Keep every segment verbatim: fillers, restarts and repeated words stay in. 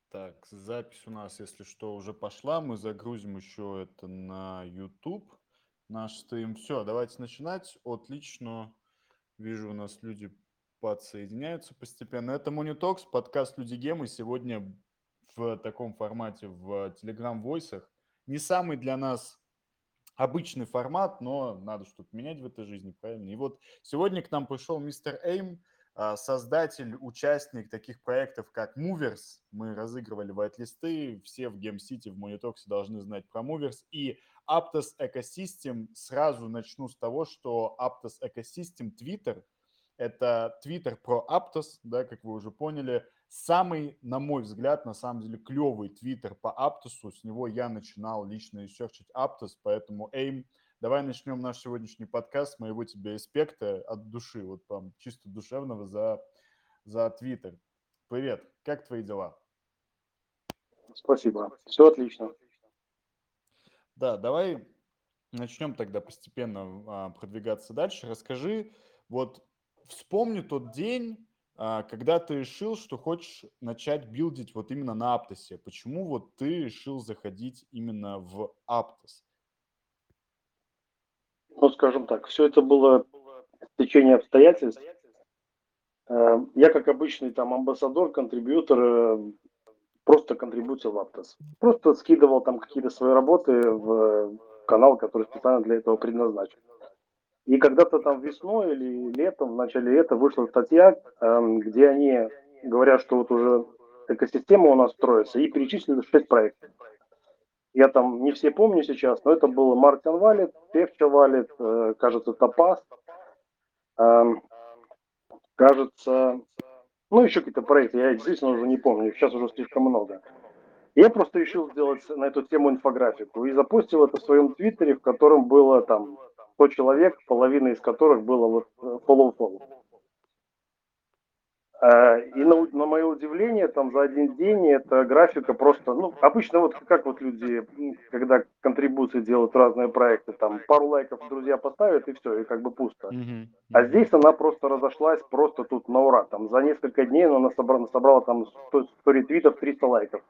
Так, запись у нас, если что, уже пошла. Мы загрузим еще это на YouTube, наш стрим. Все, давайте начинать. Отлично. Вижу, у нас люди подсоединяются постепенно. Это Monitox, подкаст Люди Гемы. Сегодня в таком формате, в Telegram Voice. Не самый для нас обычный формат, но надо что-то менять в этой жизни, правильно? И вот сегодня к нам пришел мистер Эйм, а, создатель, участник таких проектов, как Movers. Мы разыгрывали вайт-листы, все в Game City, в Monitox должны знать про Movers. И Aptos Ecosystem, сразу начну с того, что Aptos Ecosystem Twitter – это Twitter про Aptos, да, как вы уже поняли. Самый, на мой взгляд, на самом деле клевый твиттер по Аптосу. С него я начинал лично ресерчить Аптос, поэтому, Эйм, давай начнем наш сегодняшний подкаст с моего тебе респекта от души, вот прям чисто душевного за, за твиттер. Привет, как твои дела? Спасибо. Все отлично. Да, давай начнем тогда постепенно а, продвигаться дальше. Расскажи, вот вспомни тот день, а, когда ты решил, что хочешь начать билдить вот именно на Аптосе. Почему вот ты решил заходить именно в Аптос? Ну, скажем так, все это было течение обстоятельств. Э, Я, как обычный там амбассадор, контрибьютор, э, просто контрибьютил в Aptos. Просто скидывал там какие-то свои работы в канал, который специально для этого предназначен. И когда-то там весной или летом, в начале лета вышла статья, эм, где они говорят, что вот уже экосистема у нас строится, и перечислили шесть проектов. Я там не все помню сейчас, но это был Мартин Валет, Певча Валет, э, кажется, Топаз, эм, кажется, ну, еще какие-то проекты, я действительно уже не помню, сейчас уже слишком много. Я просто решил сделать на эту тему инфографику и запустил это в своем твиттере, в котором было там сто человек, половина из которых было вот э, follow-follow. Э, И на, у- на мое удивление, там за один день эта графика просто, ну, обычно вот как вот люди, м, когда контрибуции делают разные проекты, там пару лайков друзья поставят и все, и как бы пусто. Мгм, А мгм. здесь она просто разошлась, просто тут на ура. Там за несколько дней она собрала, собрала там сто, сто ретвитов, триста лайков.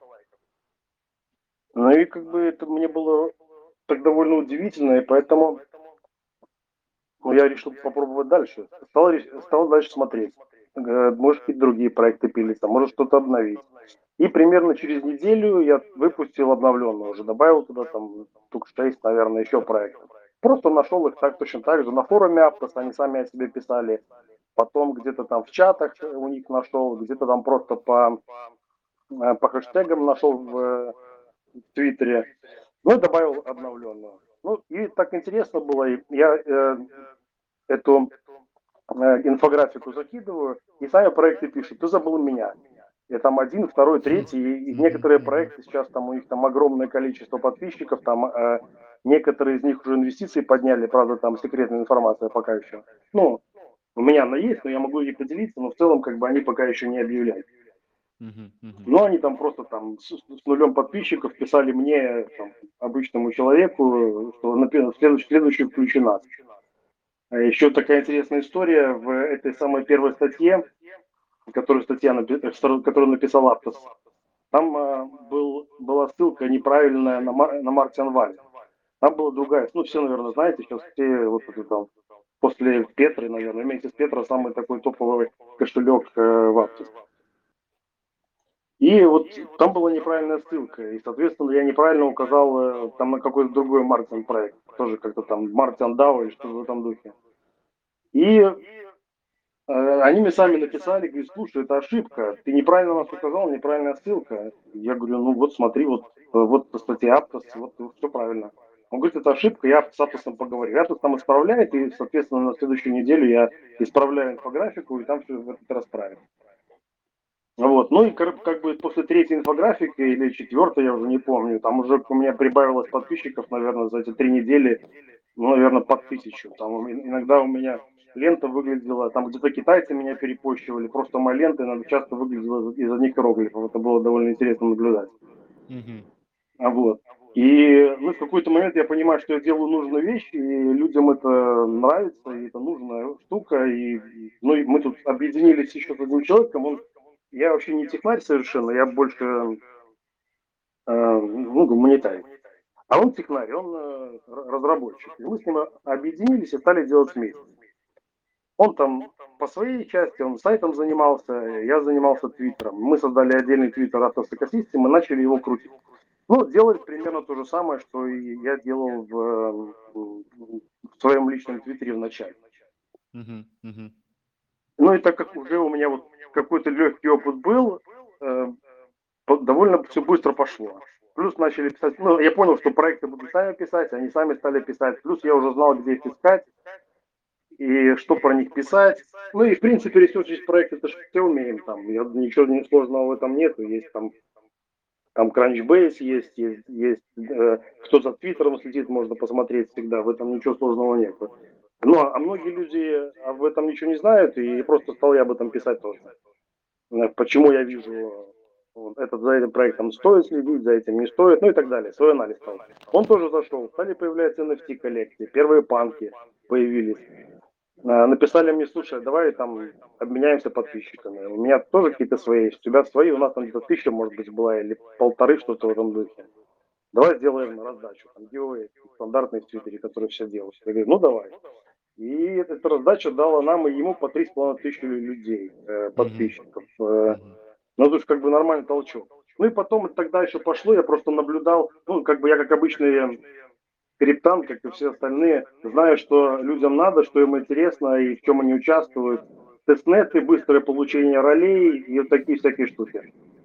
Ну и как бы это мне было так довольно удивительно, и поэтому ну, я решил попробовать дальше. Стал, реш- стал дальше смотреть. Э, Может, какие-то другие проекты пилиться, может что-то обновить. И примерно через неделю я выпустил обновленную уже, добавил туда там штук шесть, наверное, еще проектов. Просто нашел их так точно так же на форуме Aptos, они сами о себе писали. Потом где-то там в чатах у них нашел, где-то там просто по, э, по хэштегам нашел в, э, в Твиттере. Ну и добавил обновленную. Ну и так интересно было, и я э, эту э, инфографику закидываю, и сами проекты пишут, ты забыл меня. И там один, второй, третий, и, и Мгм, некоторые мгм. проекты сейчас там у них там огромное количество подписчиков, там э, некоторые из них уже инвестиции подняли, правда там секретная информация пока еще. Ну, у меня она есть, но я могу ей поделиться, но в целом как бы они пока еще не объявляют. Мгм, мгм. Но они там просто там с, с нулем подписчиков писали мне, там, обычному человеку, что напи- следующий, следующий включена. А еще такая интересная история в этой самой первой статье, которую статья, напи- э, вторую- которую написал Аптос. Там а, был, была ссылка неправильная на, Мар, на Мартин Вале. Там была другая. Ну, все, наверное, знаете, сейчас все вот это там после Петры, наверное, вместе с Петрой самый такой топовый кошелек э, в Аптос. И вот там была неправильная ссылка, и, соответственно, я неправильно указал э, там на какой-то другой Мартин проект, тоже как-то там Мартин Дау или что-то в этом духе. И э, они мне сами написали, говорят, слушай, это ошибка, ты неправильно нас указал, неправильная ссылка. Я говорю, ну вот смотри, вот, э, вот статья Аптос, вот, вот все правильно. Он говорит, это ошибка, я с Аптосом поговорю. Аптос там исправляет, и, соответственно, на следующую неделю я исправляю инфографику, и там все в этот раз правильно. Вот. Ну и как, как бы после третьей инфографики или четвертой, я уже не помню, там уже у меня прибавилось подписчиков, наверное, за эти три недели, ну, наверное, под тысячу. Там иногда у меня лента выглядела, там где-то китайцы меня перепощивали, просто моя лента иногда часто выглядела из одних иероглифов. Это было довольно интересно наблюдать. Мгм. А вот. И ну, в какой-то момент я понимаю, что я делаю нужную вещь, и людям это нравится, и это нужная штука. И, ну, и мы тут объединились еще с одним человеком, он я вообще не технарь совершенно, я больше э, ну, гуманитарий. А он технарь, он э, разработчик. И мы с ним объединились и стали делать вместе. Он там по своей части, он сайтом занимался, я занимался твиттером. Мы создали отдельный твиттер Atos Ecosystem и начали его крутить. Ну, делали примерно то же самое, что и я делал в, в своем личном твиттере в начале. Мгм, мгм. Ну и так как уже у меня вот какой-то легкий опыт был, э, довольно все быстро пошло. Плюс начали писать, ну, я понял, что проекты будут сами писать, они сами стали писать. Плюс я уже знал, где их искать и что про них писать. Ну и, в принципе, ресерчить проект, это же все умеем там. Я, ничего не сложного в этом нету. Есть там, там Crunchbase есть, есть, есть э, кто за Твиттером следит, можно посмотреть всегда. В этом ничего сложного нету. Ну, а многие люди об этом ничего не знают, и просто стал я об этом писать тоже. Почему я вижу вот, этот, за этим проектом стоит следить, за этим не стоит, ну и так далее. Свой анализ стал. Он тоже зашел, стали появляться эн эф ти-коллекции, первые панки появились. Написали мне, слушай, давай там обменяемся подписчиками. У меня тоже какие-то свои есть, у тебя свои, у нас там где-то тысяча, может быть, была, или полторы, что-то в этом духе. Давай сделаем на раздачу, там, giveaway, стандартные в Твиттере, которые все делают. Я говорю, ну давай. И эта раздача дала нам и ему по три с половиной тысячи людей, э, Мгм, подписчиков. Э, мгм. ну, это же как бы нормальный толчок. Ну и потом тогда еще пошло, я просто наблюдал, ну, как бы я как обычный криптан, как и все остальные, знаю, что людям надо, что им интересно и в чем они участвуют. Тестнеты, быстрое получение ролей и вот такие всякие штуки.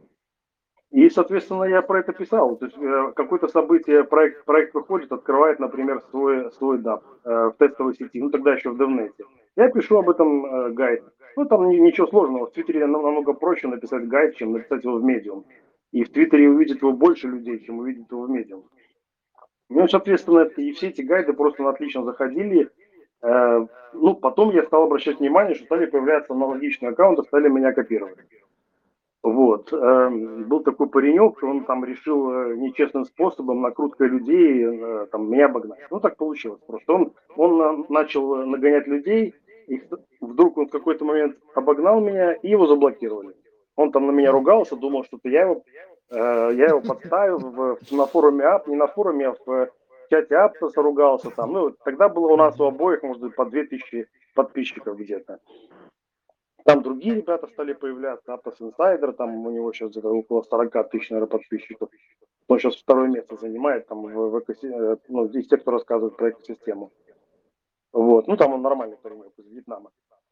И, соответственно, я про это писал. То есть э, какое-то событие, проект, проект выходит, открывает, например, свой, свой дап э, в тестовой сети, ну тогда еще в девнете. Я пишу об этом э, гайд. Ну там ни- ничего сложного. В Твиттере намного проще написать гайд, чем написать его в медиум. И в Твиттере увидит его больше людей, чем увидит его в медиум. Ну, соответственно, и все эти гайды просто отлично заходили. Э, ну, потом я стал обращать внимание, что стали появляться аналогичные аккаунты, стали меня копировать. Вот. э, Был такой паренек, он там решил э, нечестным способом, накруткой людей, э, там, меня обогнать. Ну, так получилось просто. Он, он на- начал э, нагонять людей, и вдруг он в какой-то момент обогнал меня, и его заблокировали. Он там на меня ругался, думал, что это я его, э, я его подставил в, на форуме ап, не на форуме, а в э, чате Аптоса ругался там. Ну, тогда было у нас у Мгм. обоих, может быть, по две тысячи подписчиков где-то. Там другие ребята стали появляться, Aptos Insider, там у него сейчас где-то около сорок тысяч, наверное, подписчиков. Он сейчас второе место занимает там в, в экоси... э, ну, из тех, кто рассказывает про экосистему. Вот. Ну, там он нормальный паренек из Вьетнама.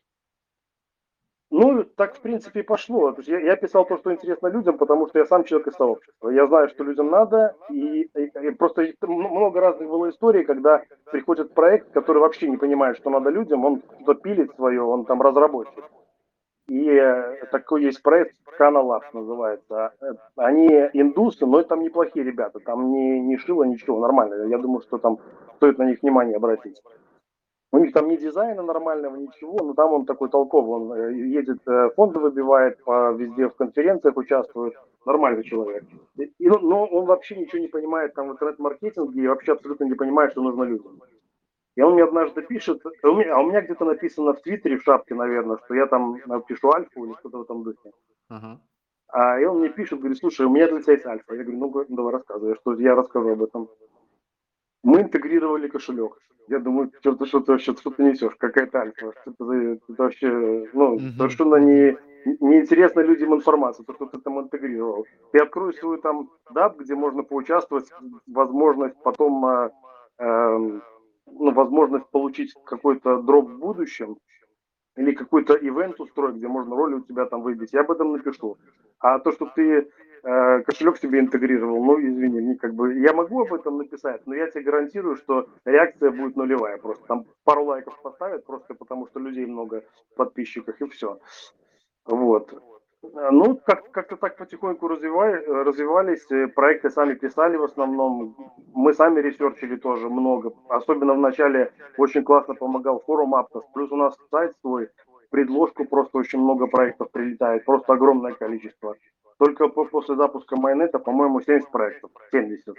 Ну, так, в принципе, и пошло. То есть я, я писал то, что интересно людям, потому что я сам человек из сообщества. Я знаю, что людям надо, и, и, и просто много разных было историй, когда приходит проект, который вообще не понимает, что надо людям, он что-то пилит свое, он там разработчик. И э, такой есть проект, Kana Labs называется. Э, Они индусы, но там неплохие ребята. Там не, не шило ничего, нормально. Я думаю, что там стоит на них внимание обратить. У них там ни дизайна нормального, ничего, но там он такой толковый. Он э, едет, э, фонды выбивает, по, везде в конференциях участвует. Нормальный человек. И, и он- но он вообще ничего не понимает там в интернет-маркетинге и вообще абсолютно не понимает, что нужно людям. И он мне однажды пишет, а у меня, а у меня где-то написано в Твиттере, в шапке, наверное, что я там э, пишу альфу или что-то в этом духе. Ага. А и он мне пишет, говорит, слушай, у меня для тебя есть альфа. Я говорю, ну га- давай рассказывай, что я расскажу об этом. Мы интегрировали кошелек. Я думаю, что ты, что ты вообще, что ты несешь, какая-то альфа, что это, за- это вообще, ну, Мгм, совершенно мгм. не, неинтересно людям информация, то, что ты там интегрировал. Ты открой свой там дап, где можно поучаствовать, возможность потом, а, эм, ну, возможность получить какой-то дроп в будущем, или какой-то ивент устроить, где можно роли у тебя там выбить, я об этом напишу. А то, что ты э, кошелек себе интегрировал, ну, извини, мне как бы, я могу об этом написать, но я тебе гарантирую, что реакция будет нулевая. Просто там пару лайков поставят, просто потому что людей много в подписчиках, и все. Вот. Э, Ну, как- как-то так потихоньку развивали, развивались, э, проекты сами писали в основном, мы сами ресерчили тоже много, особенно в начале очень классно помогал форум Aptos, плюс у нас сайт свой, в предложку просто очень много проектов прилетает, просто огромное количество. Только по- после запуска майонета, по-моему, семьдесят проектов, семьдесят.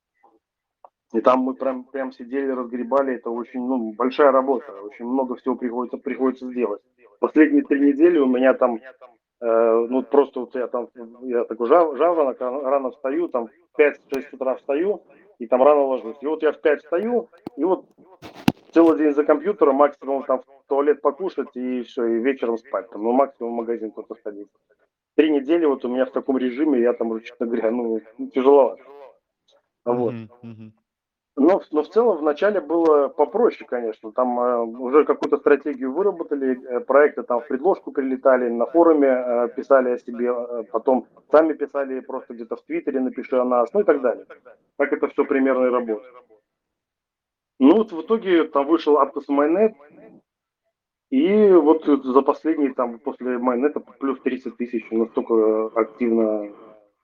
И там мы прям, прям сидели, разгребали, это очень, ну, большая работа, очень много всего приходится, приходится сделать. Последние три недели у меня там Э, ну, просто вот я там, я такой жав, жаворонок, рано рано встаю, там в пять-шесть утра встаю, и там рано ложусь. И вот я в пять встаю, и вот целый день за компьютером, максимум там в туалет покушать, и все, и вечером спать. Там, ну, максимум в магазин только сходить. Три недели вот у меня в таком режиме, я там уже, честно говоря, ну, тяжеловато. Вот. Мгм, мгм. Но, в- но в целом вначале было попроще, конечно. Там э, уже какую-то стратегию выработали, э, проекты там в предложку прилетали, на форуме э, писали о себе, э, потом сами писали просто где-то в Твиттере, напиши о нас, ну и так далее. Так это все примерно и работает. Ну вот в итоге там вышел Aptos Mainnet, и вот за последние там после Майнета плюс тридцать тысяч настолько активно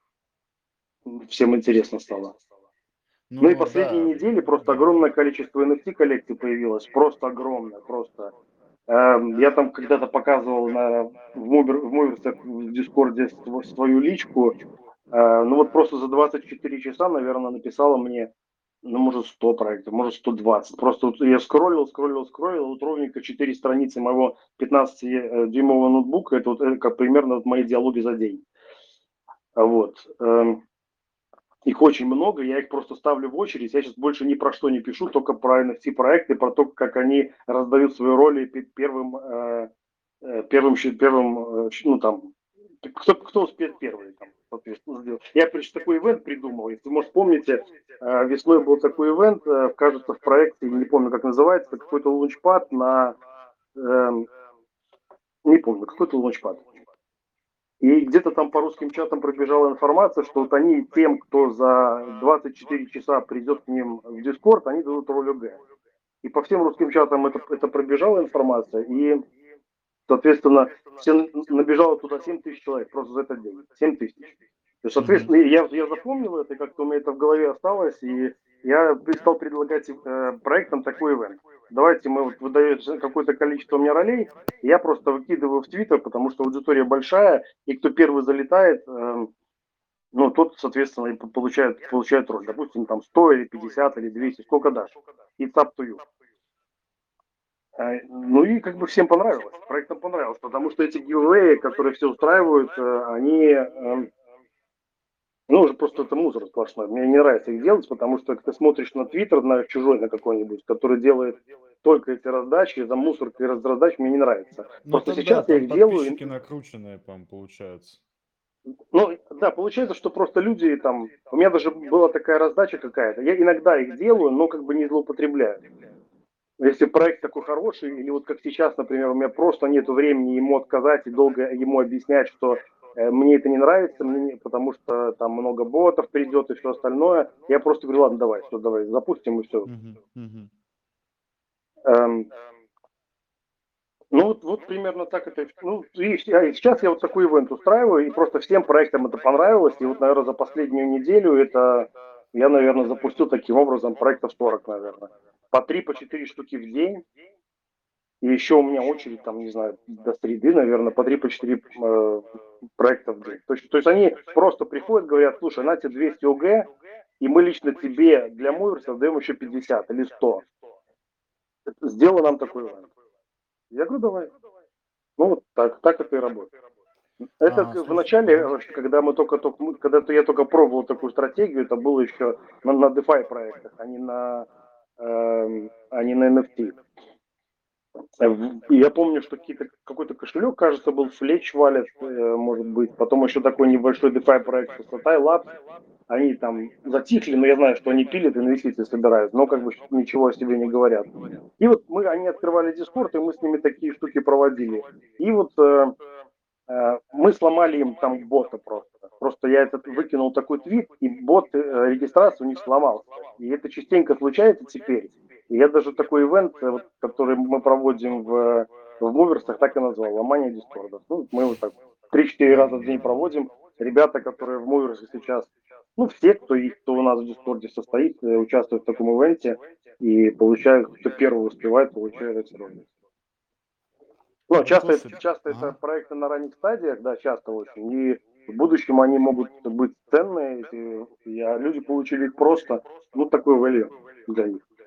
всем интересно стало. Ну и Ну последние да, недели просто да. огромное количество эн эф ти коллекций появилось, просто огромное, просто. Эм, Я там когда-то показывал на, в Мувер- в Муверсах в Дискорде св- свою личку. Э, Ну вот просто за двадцать четыре часа, наверное, написала мне, ну, может, сто проектов, может, сто двадцать. Просто вот я скроллил, скроллил, скроллил, вот ровненько четыре страницы моего пятнадцатидюймового ноутбука, это вот э, как примерно вот мои диалоги за день. А Вот. эм, Их очень много, я их просто ставлю в очередь. Я сейчас больше ни про что не пишу, только про эн эф ти-проекты, про то, как они раздают свои роли первым, э, э, первым, первым, э, ну там, кто, кто успеет первый, там, соответственно, сделать. Я, причем, такой ивент придумал. Если, может, помните, э, весной был такой ивент, э, кажется, в проекте, не помню, как называется, какой-то лаунчпад на, эм, не помню, какой-то лаунчпад. И где-то там по русским чатам пробежала информация, что вот они тем, кто за двадцать четыре часа придет к ним в Дискорд, они дадут роль ОГ. И по всем русским чатам это, это пробежала информация, и, соответственно, все, набежало туда семь тысяч человек просто за этот день. семь тысяч. То есть, Мгм. соответственно, я, я запомнил это, как-то у меня это в голове осталось, и я стал предлагать э, проектам такой ивент. Давайте мы вот выдаете какое-то количество мне ролей, я просто выкидываю в Твиттер, потому что аудитория большая, и кто первый залетает, э, ну, тот, соответственно, и получает, получает роль. Допустим, там сто или пятьдесят или двести, сколько дашь. И it's up to you. Э, Ну и как бы всем понравилось, проектам понравилось, потому что эти гивэи, которые все устраивают, э, они, э, ну, уже просто это мусор сплошной. Мне не нравится их делать, потому что ты смотришь на Твиттер, на чужой, на какой-нибудь, который делает только эти раздачи, за мусоркой раз раздач мне не нравится. Ну Просто тогда сейчас я там их делаю, подписчики накрученные, по-моему, получаются. ну, да, получается, что просто люди там, у меня даже была такая раздача какая-то, я иногда их делаю, но как бы не злоупотребляю. Если проект такой хороший, или вот как сейчас, например, у меня просто нет времени ему отказать и долго ему объяснять, что э, мне это не нравится, мне не- потому что там много ботов придет и все остальное, я просто говорю, ладно, давай, все, давай, запустим и все. Мгм, мгм. Эм, ну вот, вот примерно так это. Ну, и щ- а и сейчас я вот такой ивент устраиваю, и просто всем проектам это понравилось, и вот, наверное, за последнюю неделю это я, наверное, запустил таким образом проектов сорок, наверное. По три, по четыре штуки в день. И еще у меня очередь, там, не знаю, до среды, наверное, по три, по четыре э, проекта в день. То есть, то есть они просто приходят, говорят, слушай, на тебе двести ОГ, и мы лично тебе для Муверса даем еще пятьдесят или сто. Сделай нам такой ивент. Я говорю, давай. Ну, вот так, так это и работает. Это А, к- в слушай, начале, ага. вообще, когда мы только, только мы- когда я только пробовал такую стратегию, это было еще на, на DeFi проектах, а не на, эм, а не на эн эф ти. Э, в- Я помню, что какие-то, какой-то кошелек, кажется, был Fletch Wallet, э, может быть. Потом еще такой небольшой DeFi проект Satai Labs. Они там затихли, но я знаю, что они пилят, инвестиции собирают, но как бы ничего о себе не говорят. И вот мы, они открывали Discord, и мы с ними такие штуки проводили. И вот э, э, мы сломали им там бота просто. Просто я этот выкинул такой твит, и бот э, регистрации у них сломался. И это частенько случается теперь. И я даже такой ивент, э, вот, который мы проводим в, в Муверсах, так и назвал, ломание Дискорда. Ну, мы вот так три-четыре раза в день М, проводим. Ребята, которые в Муверсах сейчас, ну, все, кто, и, кто у нас в Дискорде состоит, э, участвуют в таком ивенте и получают, кто первый успевает, получает эти роли. Ну, Ну часто, это- слушай, часто это ага. проекты на ранних стадиях, да, часто очень. И в будущем они могут быть ценные, эти, и, а люди получили их просто, ну, такой value для них.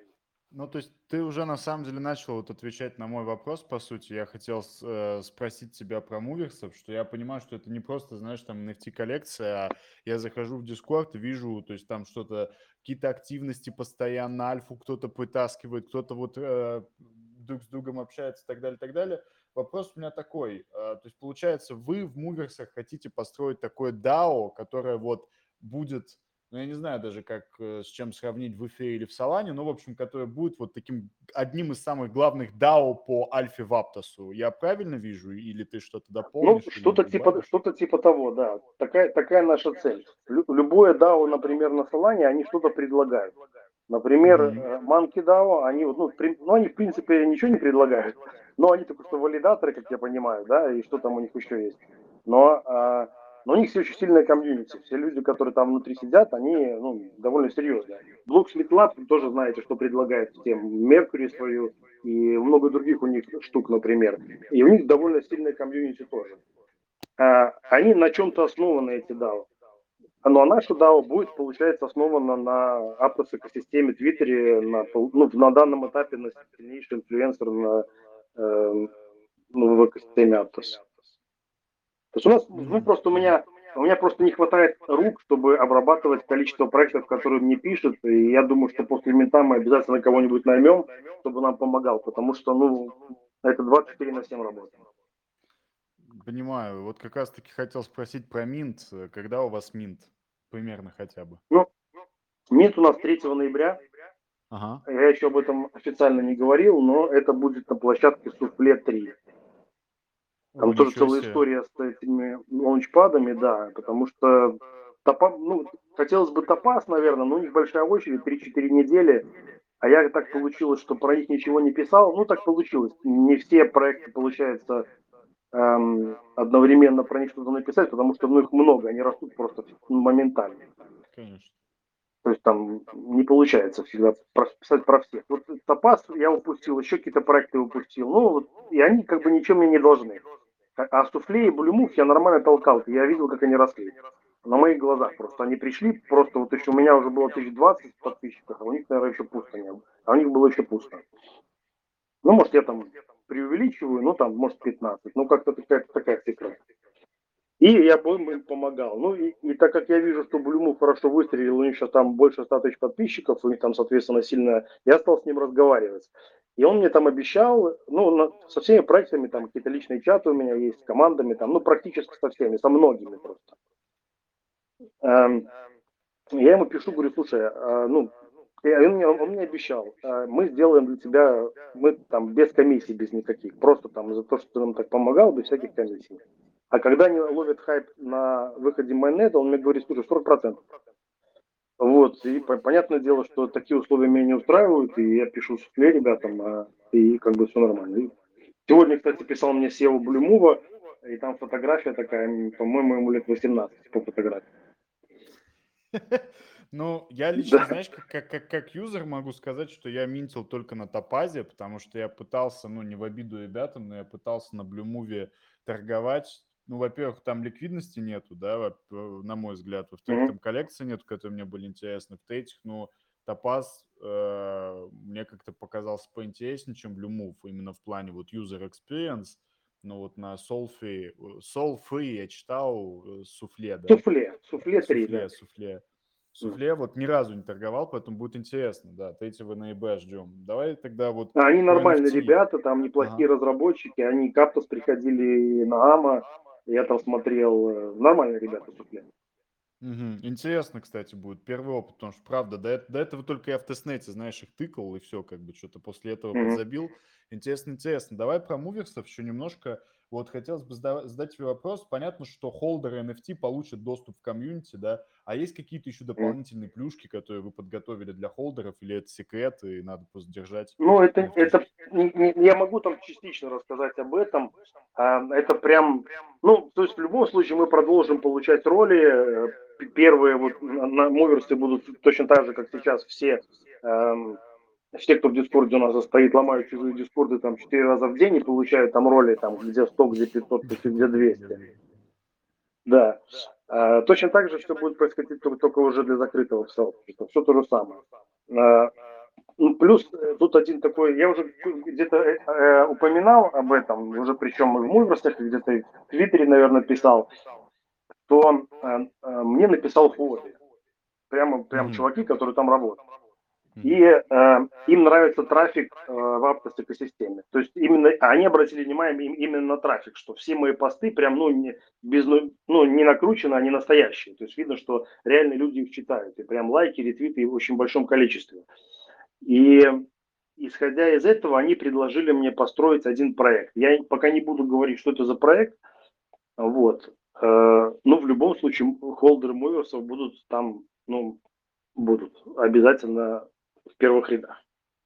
Ну, то есть ты уже на самом деле начал вот отвечать на мой вопрос, по сути. Я хотел с- э, спросить тебя про муверсов, что я понимаю, что это не просто, знаешь, там эн эф ти-коллекция, а я захожу в Discord и вижу, то есть там что-то, какие-то активности постоянно, альфу кто-то вытаскивает, кто-то вот э, друг с другом общается и так далее, и так далее. Вопрос у меня такой, э, то есть получается, вы в муверсах хотите построить такое дао, которое вот будет, ну, я не знаю даже, как, э, с чем сравнить в Эфире или в Солане, но, в общем, который будет вот таким одним из самых главных дао по альфе Ваптосу. Я правильно вижу? Или ты что-то Ну, дополнишь или что-то типа, убавишь? что-то типа того, да. Такая, такая наша цель. Лю- любое дао, например, на Solana, они что-то предлагают. Например, Мгм. э, Monkey дао, они, вот, ну, при- ну, они в принципе ничего не предлагают, но они только что валидаторы, как я понимаю, да, и что там у них еще есть. Но, а, но у них все очень сильная комьюнити. Все люди, которые там внутри сидят, они ну, довольно серьезные. Blocksmith Lab, вы тоже знаете, что предлагает всем. Mercury свою и много других у них штук, например. И у них довольно сильная комьюнити тоже. А, они на чем-то основаны, эти дао. Ну, а наша дао будет, получается, основана на Aptos экосистеме, Твиттере, на, пол- ну, на данном этапе на сильнейший инфлюенсер на, э, ну, в экосистеме Aptos. То есть у нас, ну, Мгм. просто у Мгм. меня, у меня просто не хватает рук, чтобы обрабатывать количество проектов, которые мне пишут, и я думаю, что после мента мы обязательно кого-нибудь наймем, чтобы нам помогал, потому что, ну, это двадцать четыре на семь работа. Понимаю. Вот как раз-таки хотел спросить про Минт. Э, Когда у вас Минт? Примерно хотя бы. Ну, мент у нас третьего ноября. Ага. Я еще об этом официально не говорил, но это будет на площадке Суфле три. О, Там тоже ничего целая себе. история с этими лаунчпадами, да, потому что топа, ну, хотелось бы топаз, наверное, но у них большая очередь, три-четыре недели, а я так получилось, что про них ничего не писал. Ну, так получилось. Не все проекты, получается, эм, одновременно про них что-то написать, потому что ну, их много, они растут просто моментально. Конечно. То есть там не получается всегда писать про всех. Вот Топаз я упустил, еще какие-то проекты упустил. Ну, вот, и они как бы ничем мне не должны. А а Суфле и Блюмув я нормально толкал. Я видел, как они росли. На моих глазах просто. Они пришли, просто вот еще у меня уже было тысяч двадцать подписчиков, а у них, наверное, еще пусто не было. А у них было еще пусто. Ну, может, я там преувеличиваю, ну, там, может, пятнадцать. Ну, как-то такая, такая цифра. И я бы им помогал. Ну и, и так как я вижу, что Блюму хорошо выстрелил, у них сейчас там больше ста тысяч подписчиков, у них там, соответственно, сильно... Я стал с ним разговаривать. И он мне там обещал, ну, на, со всеми проектами, там какие-то личные чаты у меня есть, с командами, там, ну, практически со всеми, со многими просто. Эм, я ему пишу, говорю, слушай, а, ну, и он мне, он мне обещал, а, мы сделаем для тебя, мы там без комиссий, без никаких, просто там за то, что ты нам так помогал, без всяких комиссий. А когда они ловят хайп на выходе майонета, он мне говорит, слушай, сорок процентов. Вот, и по- понятное дело, что такие условия меня не устраивают, и я пишу суфле ребятам, а, и как бы все нормально. И сегодня, кстати, писал мне Сева Блюмова, и там фотография такая, м, по-моему, ему лет восемнадцать по фотографии. Ну, я лично, Да. знаешь, как, как, как, как юзер могу сказать, что я минтил только на топазе, потому что я пытался, ну, не в обиду ребятам, но я пытался на Блюмуве торговать. Ну, во-первых, там ликвидности нету, да, во- э, на мой взгляд. Во-вторых, Мгм. там коллекции нету, которые мне были интересны. В-третьих, ну, топаз э, мне как-то показался поинтереснее, чем Блюмув, именно в плане вот user experience. Ну, вот на Soul-Free, Soul-Free я читал, э, суфле, да, Суфле, суфле три, да. суфле, суфле. Суфле вот ни разу не торговал, поэтому будет интересно, да, третьего ноября ждем. Давай тогда вот А они про нормальные эн эф ти. ребята, там неплохие Ага. разработчики, они Каптос приходили на Ама, я там смотрел, э, нормальные ребята суфле. Мгм. Интересно, кстати, будет первый опыт, потому что, правда, до, эт- до этого только я в тестнете, знаешь, их тыкал, и все, как бы, что-то после этого Мгм. подзабил. Интересно, интересно. Давай про муверсов еще немножко. Вот хотелось бы сда- задать тебе вопрос. Понятно, что холдеры эн эф ти получат доступ в комьюнити, да, а есть какие-то еще Мгм. дополнительные плюшки, которые вы подготовили для холдеров, или это секрет, и надо просто держать Ну, это, эн эф ти? это не- не- я могу там частично рассказать об этом. А, Это прям, ну, то есть в любом случае мы продолжим получать роли. Э, п- Первые вот на, на Моверсе будут точно так же, как сейчас все, эм, все, кто в Дискорде у нас состоит, ломают чужие Дискорды там четыре раза в день и получают там роли, там где сто, где пятьсот, где двести. Да. А, точно так же все будет происходить только, только уже для закрытого сообщества. Все то же самое. А, Ну, плюс э, тут один такой, я уже где-то э, э, упоминал об этом, уже причем и в Муверсах, где-то и в Твиттере, наверное, писал, что э, э, мне написал хобби, прямо, прям Мгм. чуваки, которые там работают. И Мгм. э, им нравится трафик э, в Aptos экосистеме. То есть именно они обратили внимание им- именно на трафик, что все мои посты прям ну не без ну, ну, не накручены, они настоящие. То есть видно, что реально люди их читают и прям лайки, ретвиты в очень большом количестве. И исходя из этого, они предложили мне построить один проект. Я пока не буду говорить, что это за проект. Вот. Э, Но в любом случае холдеры муверсов будут там, ну, будут обязательно в первых рядах.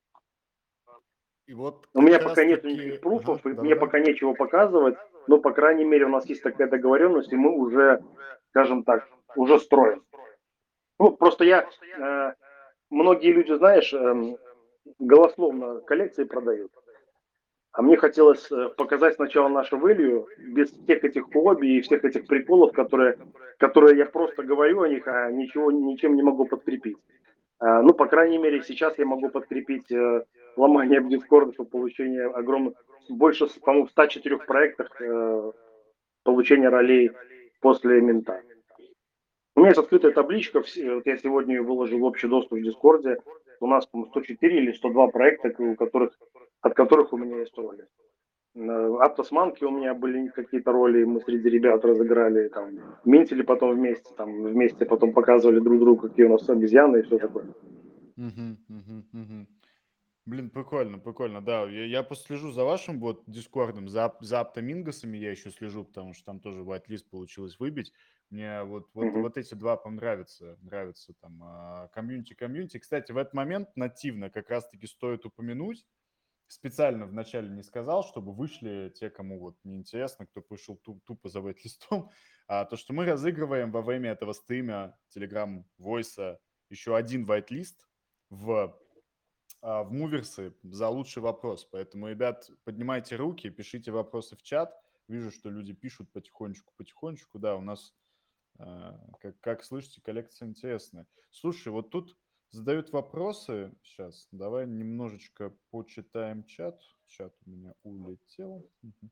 И вот У как меня пока нет никаких раз-таки... Ага, пруфов, и мне да-да-да. пока нечего показывать, но, по крайней мере, у нас есть такая договоренность, и мы уже, скажем так, уже строим. Ну, просто я, э, многие люди, знаешь, эм, голословно коллекции продают. А мне хотелось э, показать сначала нашу value без всех этих хобби и всех этих приколов, которые, которые я просто говорю о них, а ничего, ничем не могу подкрепить. А, ну, по крайней мере, сейчас я могу подкрепить э, ломание дискордов и получение огромных, больше, по-моему, в ста четырёх проектах э, получения ролей после мента. У меня есть открытая табличка, все- вот я сегодня ее выложил в общий доступ в Дискорде. У нас, по-моему, сто четыре или сто два проекта, у которых, от которых у меня есть роли. Аптос Манки у меня были какие-то роли, мы среди ребят разыграли, там, ментили потом вместе, там, вместе потом показывали друг другу, какие у нас обезьяны и все такое. Мгм, мгм, мгм. Блин, прикольно, прикольно, да. Я, я просто слежу за вашим вот дискордом, за, ап- за аптомингасами я еще слежу, потому что там тоже whitelist получилось выбить. Мне вот, вот, Мгм. вот эти два понравятся, нравятся там а, комьюнити-комьюнити. Кстати, в этот момент нативно как раз-таки стоит упомянуть, специально вначале не сказал, чтобы вышли те, кому вот неинтересно, кто пришел ту- тупо за whitelistом, а, то, что мы разыгрываем во время этого стрима Telegram Voice еще один whitelist в а, в муверсы за лучший вопрос. Поэтому, ребят, поднимайте руки, пишите вопросы в чат. Вижу, что люди пишут потихонечку, потихонечку. Да, у нас, а, как, как слышите, коллекция интересная. Слушай, вот тут задают вопросы. Сейчас, давай немножечко почитаем чат. Чат у меня улетел.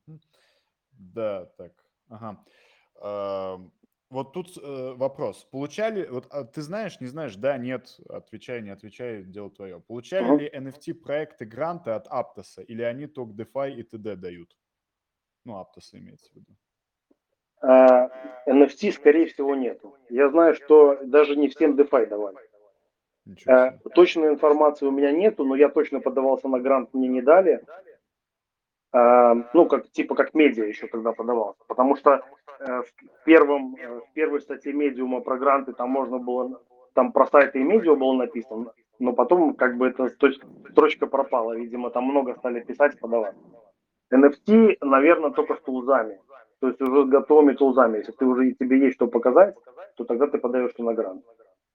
Да, так. Ага. Ам, Вот тут э, вопрос. Получали, вот а ты знаешь, не знаешь, да, нет, отвечай, не отвечай, дело твое. Получали Мгм. ли эн эф ти-проекты гранты от Аптоса, или они только DeFi и т.д. дают? Ну, Аптоса имеется в виду. А, эн эф ти, скорее всего, нету. Я знаю, что даже не всем DeFi давали. Ничего А, себе. точной информации у меня нету, но я точно подавался на грант, мне не дали. А, ну, как, типа как медиа еще тогда подавался. Потому что э, в, первом, э, в первой статье медиума про гранты там можно было, там про сайты и медиа было написано, но потом как бы эта точ- строчка пропала. Видимо, там много стали писать, подавать. эн эф ти, наверное, только с тулзами. То есть уже с готовыми тулзами. Если ты уже тебе есть что показать, то тогда ты подаешься на грант.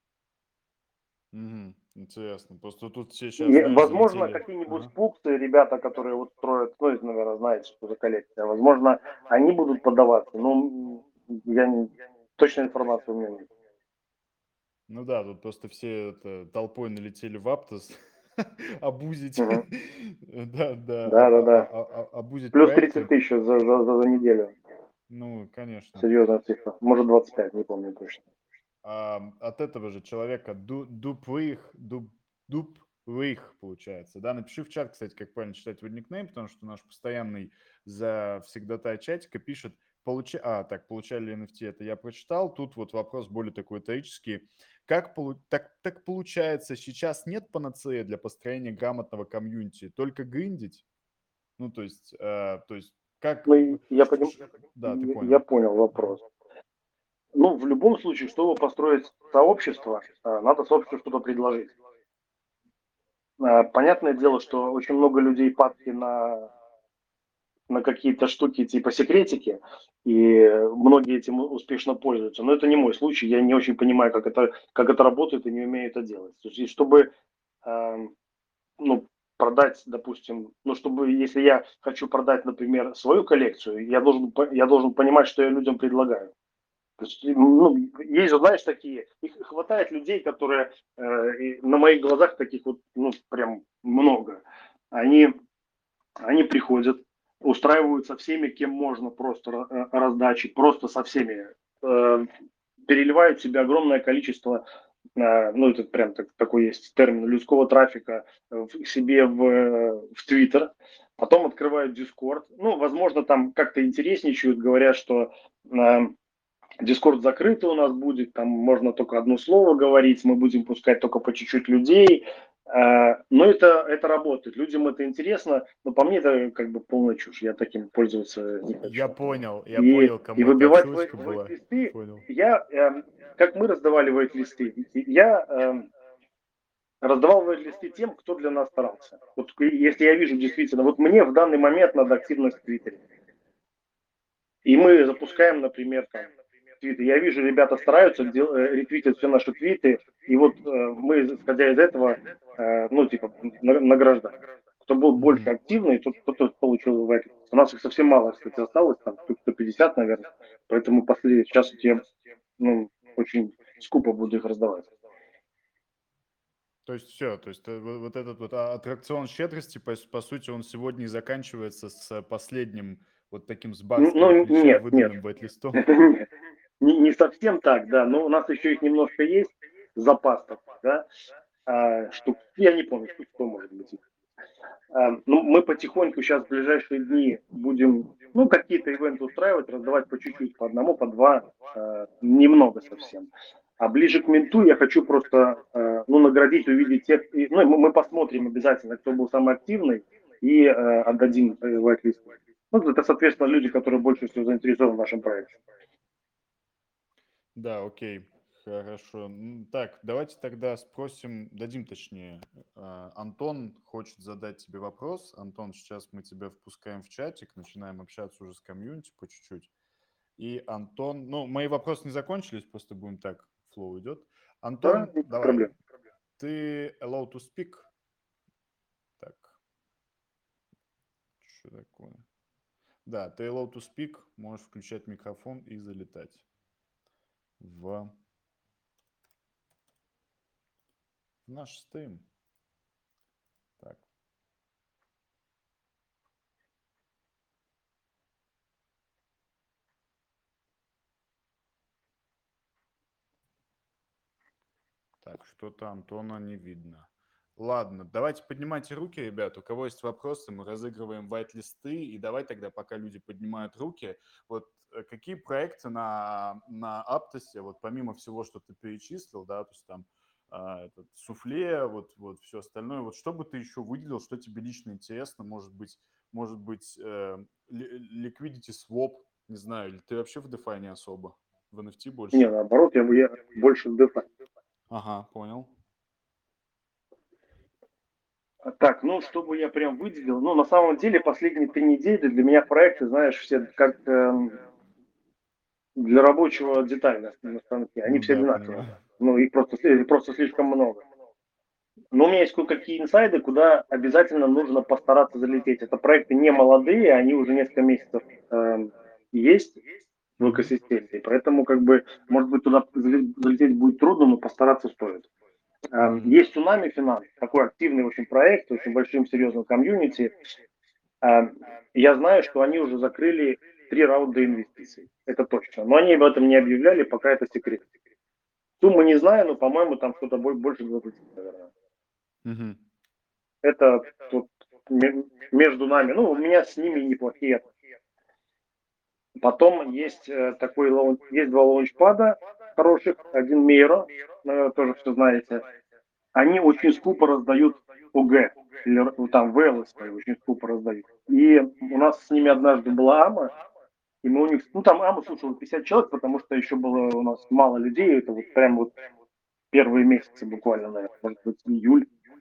Мгм. Интересно. Просто тут все сейчас, И, знаешь, возможно, залетели. какие-нибудь Ага. пупсы, ребята, которые вот строят, ну, если, наверное, знаете, что за коллекция, возможно, они будут подаваться, но я не, точной информации у меня нет. Ну да, тут просто все это, толпой налетели в Аптос обузить. Мгм. Да, да, а- Да, да, а- да. а- а- а- обузить Плюс тридцать проекты. тысяч за, за, за, за неделю. Ну, конечно. Серьезная цифра. Может, двадцать пять, не помню точно. А, от этого же человека Ду- Дупвих, Дуб, Дупвих, получается, да, напиши в чат, кстати, как правильно читать твой никнейм, потому что наш постоянный завсегдатай чатика пишет, получа... а, так, получали эн эф ти, это я прочитал, тут вот вопрос более такой риторический, как полу... так, так получается, сейчас нет панацеи для построения грамотного комьюнити, только гриндить, ну, то есть, э, то есть, как, Ну, и я, ш- поним... ш- да, ты я я понял. понял Ага. вопрос. Ну, в любом случае, чтобы построить сообщество, э, надо сообществу что-то предложить. Э, Понятное дело, что очень много людей падки на на какие-то штуки типа секретики, и многие этим успешно пользуются. Но это не мой случай, я не очень понимаю, как это, как это работает и не умею это делать. То есть, и чтобы эм, ну, продать, допустим, ну, чтобы, если я хочу продать, например, свою коллекцию, я должен, по- я должен понимать, что я людям предлагаю. То есть, ну, есть же, знаешь, такие, их хватает людей, которые э, на моих глазах таких вот, ну, прям много. Они, они приходят, устраивают со всеми, кем можно, просто раздачи, просто со всеми, э, переливают в себя огромное количество, э, ну, это прям так, такой есть термин, людского трафика в себе в, в Твиттер, потом открывают Discord, ну, возможно, там как-то интересничают, говорят, что э, Дискорд закрытый у нас будет, там можно только одно слово говорить, мы будем пускать только по чуть-чуть людей. Но это, это работает, людям это интересно, но по мне это как бы полная чушь, я таким пользоваться не хочу. Я понял, я И, понял, и кому это выбивать шутка в была. листы, Понял. я, э, как мы раздавали вейт-листы, я э, раздавал вейт-листы тем, кто для нас старался. Вот если я вижу действительно, вот мне в данный момент надо активность в Твиттере. И мы запускаем, например, там, твиты. Я вижу, ребята стараются, дел, ретвитят все наши твиты, и вот э, мы, исходя из этого, э, ну, типа, награждаем. Кто был Мгм. больше активный, тот, тот получил вайт. У нас их совсем мало, кстати, осталось, там, сто пятьдесят, наверное. Поэтому после, сейчас я, ну, очень скупо буду их раздавать. То есть все, то есть э, вот вот этот вот а, аттракцион щедрости, по, с- по сути, он сегодня и заканчивается с последним вот таким с барского Ну, плеча нет, нет, выданным вайт-листом. это не, не, не совсем так, да, но у нас еще их немножко есть, запас такой, да, а, штук, я не помню, штук сто, может быть. А, ну, мы потихоньку сейчас в ближайшие дни будем, ну, какие-то ивенты устраивать, раздавать по чуть-чуть, по одному, по два, а, немного совсем. А ближе к менту я хочу просто, а, ну, наградить, увидеть тех, и, ну, мы, мы посмотрим обязательно, кто был самый активный, и а, отдадим лайк-лист. Ну, это, соответственно, люди, которые больше всего заинтересованы в нашем проекте. Да, окей, хорошо. М, Так, давайте тогда спросим, дадим точнее. а, Антон хочет задать тебе вопрос. Антон, сейчас мы тебя впускаем в чатик, начинаем общаться уже с комьюнити по чуть-чуть. И Антон, ну, мои вопросы не закончились, просто будем так, флоу идет. Да, Антон, никаких давай, проблем. ты allow to speak? Так, что такое? Да, ты allow to speak, можешь включать микрофон и залетать в наш стрим. Так. Так, что-то Антона не видно. Ладно, давайте поднимайте руки, ребят. У кого есть вопросы, мы разыгрываем вайт-листы. И давай тогда, пока люди поднимают руки, вот э, какие проекты на, на Аптосе, вот помимо всего, что ты перечислил, да, то есть там а, этот, суфле, вот, вот все остальное, вот что бы ты еще выделил, что тебе лично интересно, может быть, может быть, э, liquidity swap, не знаю, или ты вообще в DeFi не особо, в эн эф ти больше? Не, наоборот, я, бы я больше в DeFi. Ага, понял. Так, ну, чтобы я прям выделил, ну, на самом деле, последние три недели для меня проекты, знаешь, все как эм, для рабочего деталь на, на станке, они Ну все да, одинаковые. понимаю. Ну, их просто, сли- просто слишком много. Но у меня есть кое-какие инсайды, куда обязательно нужно постараться залететь. Это проекты не молодые, они уже несколько месяцев эм, есть в Мгм. экосистеме, и поэтому, как бы, может быть, туда зале- залететь будет трудно, но постараться стоит. Эм, Мгм. Есть Tsunami Finance, такой активный очень проект, очень большим серьезным комьюнити. Эм, Я знаю, что они уже закрыли три раунда инвестиций. Это точно. Но они об этом не объявляли, пока это секрет. Сумму не знаю, но, по-моему, там что-то больше двадцати, наверное. Мгм. Это тут между нами. Ну, у меня с ними неплохие. Потом есть э, такой лаунч, есть два лаунчпада хороших. Один Мейро, наверное, тоже все знаете. Они очень скупо раздают ОГ. Или ну, там ВЛ свои очень скупо раздают. И у нас с ними однажды была АМА, и мы у них, ну там АМА слушало пятьдесят человек, потому что еще было у нас мало людей, это вот прям вот первые месяцы буквально, наверное, может быть, июль.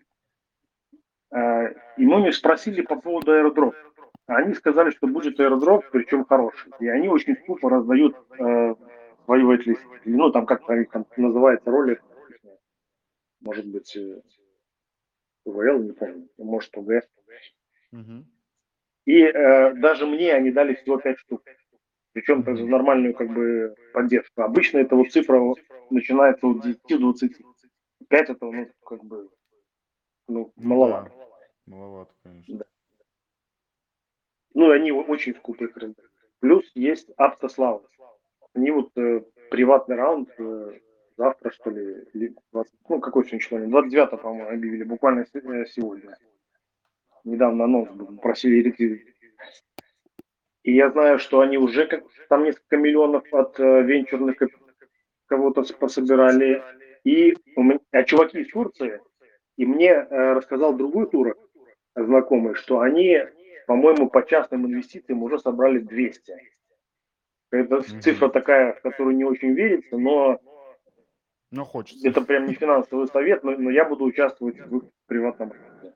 Э, И мы у них спросили по поводу аэродроп. Они сказали, что будет аэродроп, причем хороший. И они очень скупо раздают э, свои вайт-листы. Ну, там как-то их там называется роли, может быть, э, ВЛ, не помню, может, ОГ. Мгм. И э, даже мне они дали всего пять штук. Причем также нормальную как бы поддержку. Обычно эта вот цифра начинается от десяти до двадцати. пять это, ну, как бы, ну, Ну маловато. да, маловато, конечно. Да. Ну, и они о- очень скупые рынки. Плюс есть Автослава. Они вот э, приватный раунд э, завтра, что ли, или двадцать, ну, какое сегодня число? двадцать девятого, по-моему, объявили, буквально се- э, сегодня. Недавно анонс был, просили ретвит. И я знаю, что они уже как там несколько миллионов от э, венчурных кап- кого-то с- пособирали. И у меня, а чуваки из Турции, и мне э, рассказал другой турок, знакомый, что они, по-моему, по частным инвестициям уже собрали двести. Это цифра Мгм. такая, в которую не очень верится, но Ну, хочется. это прям не финансовый совет, но, но я буду участвовать в их приватном рынке.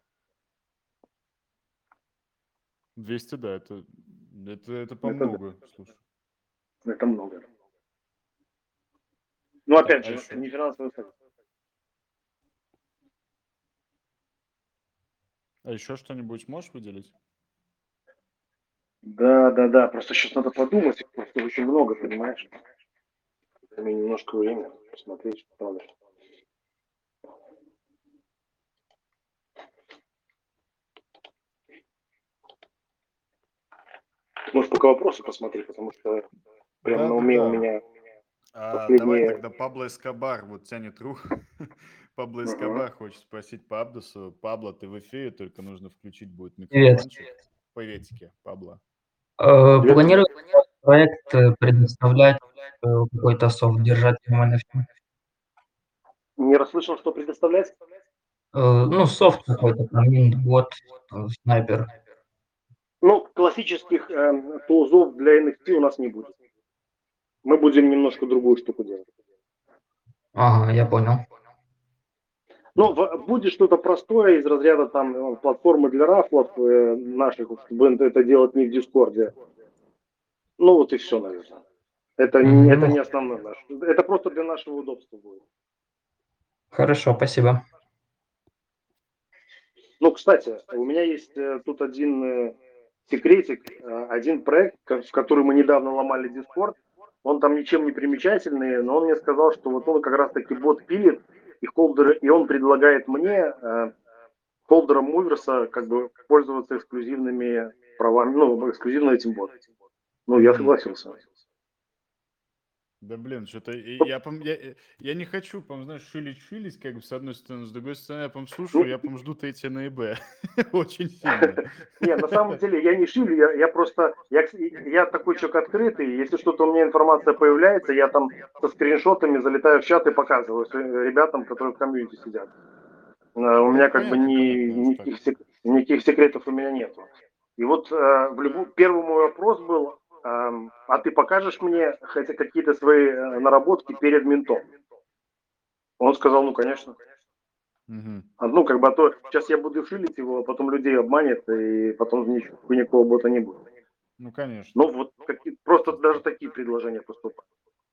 двести, да, это, это, это по Это да, много, слушай. это много. Но Так, опять а же, еще? не финансовый совет. А еще что-нибудь можешь выделить? Да, да, да, просто сейчас надо подумать, их просто очень много, понимаешь? Дай мне немножко времени посмотреть, что надо. Может, пока вопросы посмотри, потому что прям Да, на да, уме у да. меня А, давай последние... тогда Пабло Эскобар вот тянет руку. Пабло Мгм. Эскобар хочет спросить по Абдусу. Пабло, ты в эфире, только нужно включить будет Привет. микрофончик. Приветики, Пабло. Э, Привет, привет. Планирую проект э, предоставлять э, какой-то софт, держать его эн эф ти. Не расслышал, что предоставлять? Э, Ну, софт какой-то, там, бот, снайпер. Ну, классических э, тулзов для эн эф ти у нас не будет. Мы будем немножко другую штуку делать. Ага, я понял. Ну, в- будет что-то простое из разряда там э, платформы для рафлов э, наших, чтобы это делать не в Дискорде. Ну вот и все, наверное. Это, не- Мгм, это ну, не основной наш. Это просто для нашего удобства будет. хорошо, спасибо. Ну, кстати, у меня есть э, тут один э, секретик, э, один проект, ко- в который мы недавно ломали Discord. Он там ничем не примечательный, но он мне сказал, что вот он как раз-таки бот пилит, и, холдеры, и он предлагает мне э, холдером Муверса как бы пользоваться эксклюзивными правами, ну, эксклюзивно этим ботом. Ну, я Мгм. согласился. Да блин, что-то Ну, я, пом- я, э, я не хочу, пом, знаешь, шилить-шилить, как бы с одной стороны, с другой стороны, я, пом, ну, слушаю, я, пом, жду третье ноября. Очень сильно. не, на самом деле я не шилю, я, я просто, я, я такой человек открытый, если что-то у меня информация появляется, я там со скриншотами залетаю в чат и показываю своим ребятам, которые в комьюнити сидят. Э, У Да меня это как бы понятно, ни, понятно, аж так. никаких, сек- никаких секретов у меня нету. И вот э, в любом, первый мой вопрос был, эм, а ты покажешь мне хотя какие-то свои э, наработки перед ментом? Он сказал, ну, конечно. Мгм. А, ну, как бы, а то сейчас я буду шилить его, а потом людей обманет, и потом ничего, никакого бота не будет. Ну, конечно. Ну, вот какие, просто даже такие предложения поступают.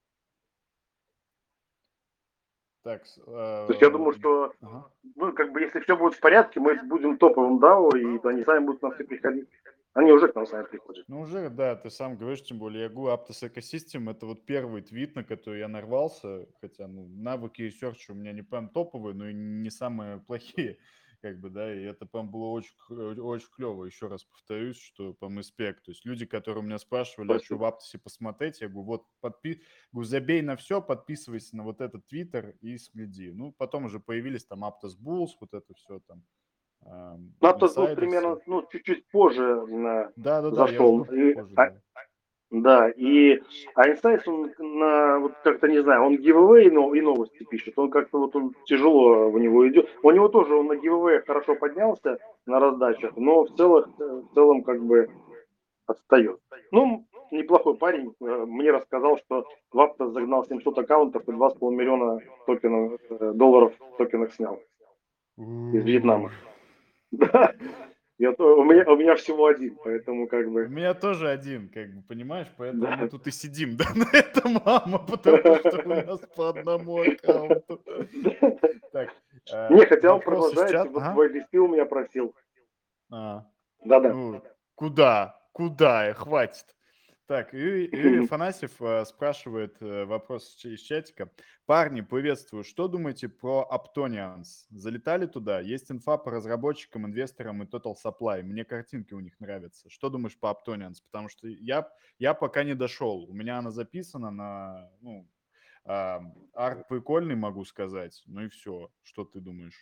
Так, с- То есть я э, думаю, что, ага. ну, как бы, если все будет в порядке, мы будем топовым дао, и они сами будут к нам все приходить. Они уже к нам сами приходят. Ну, уже, да, ты сам говоришь, тем более, я говорю, Aptos Ecosystem — это вот первый твит, на который я нарвался, хотя, ну, навыки и серча у меня не прям топовые, но и не самые плохие, как бы, да, и это прям было очень, к- очень клево. Еще раз повторюсь, что прям респект. То есть люди, которые меня спрашивали, а что в Спасибо. Аптосе посмотреть, я говорю, вот, подпи... говорю, забей на все, подписывайся на вот этот твиттер и следи. Ну, потом уже появились там Aptos Bulls, вот это все там, эм, Ну, Аптос был инсайдерсы. примерно, ну, чуть-чуть позже э, Да-да-да, я зашел. жду И, позже, а, да. да, и а Insights, он на, вот как-то, не знаю, он giveaway но, и новости пишет. Он как-то вот он тяжело в него идет. У него тоже, он на giveaway хорошо поднялся на раздачах, но в целом, в целом как бы отстает. Ну, неплохой парень. Э, Мне рассказал, что в Aptos загнал семьсот аккаунтов и два с половиной миллиона токенов, э, долларов в токенах снял из У, Вьетнама. Да, я, то- у, меня, Так, у меня всего один, поэтому как у бы, меня тоже один, как бы, понимаешь, поэтому мы да. тут и сидим, да, на этом, мама, потому что у нас по одному аккаунту. Так, э, Не, хотя он вопрос из продолжает, чата. вот Ага. твой листы у меня просил. А, Да-да. ну, куда? Куда? Хватит. Так, Юрий, Юрий Афанасьев э, спрашивает э, вопрос из ч- из чатика. Парни, приветствую. Что думаете про Aptonians? Залетали туда? Есть инфа по разработчикам, инвесторам и Total Supply. Мне картинки у них нравятся. Что думаешь по Aptonians? Потому что я, я пока не дошел. У меня она записана на... Ну, а, арт прикольный, могу сказать. Ну и все. Что ты думаешь?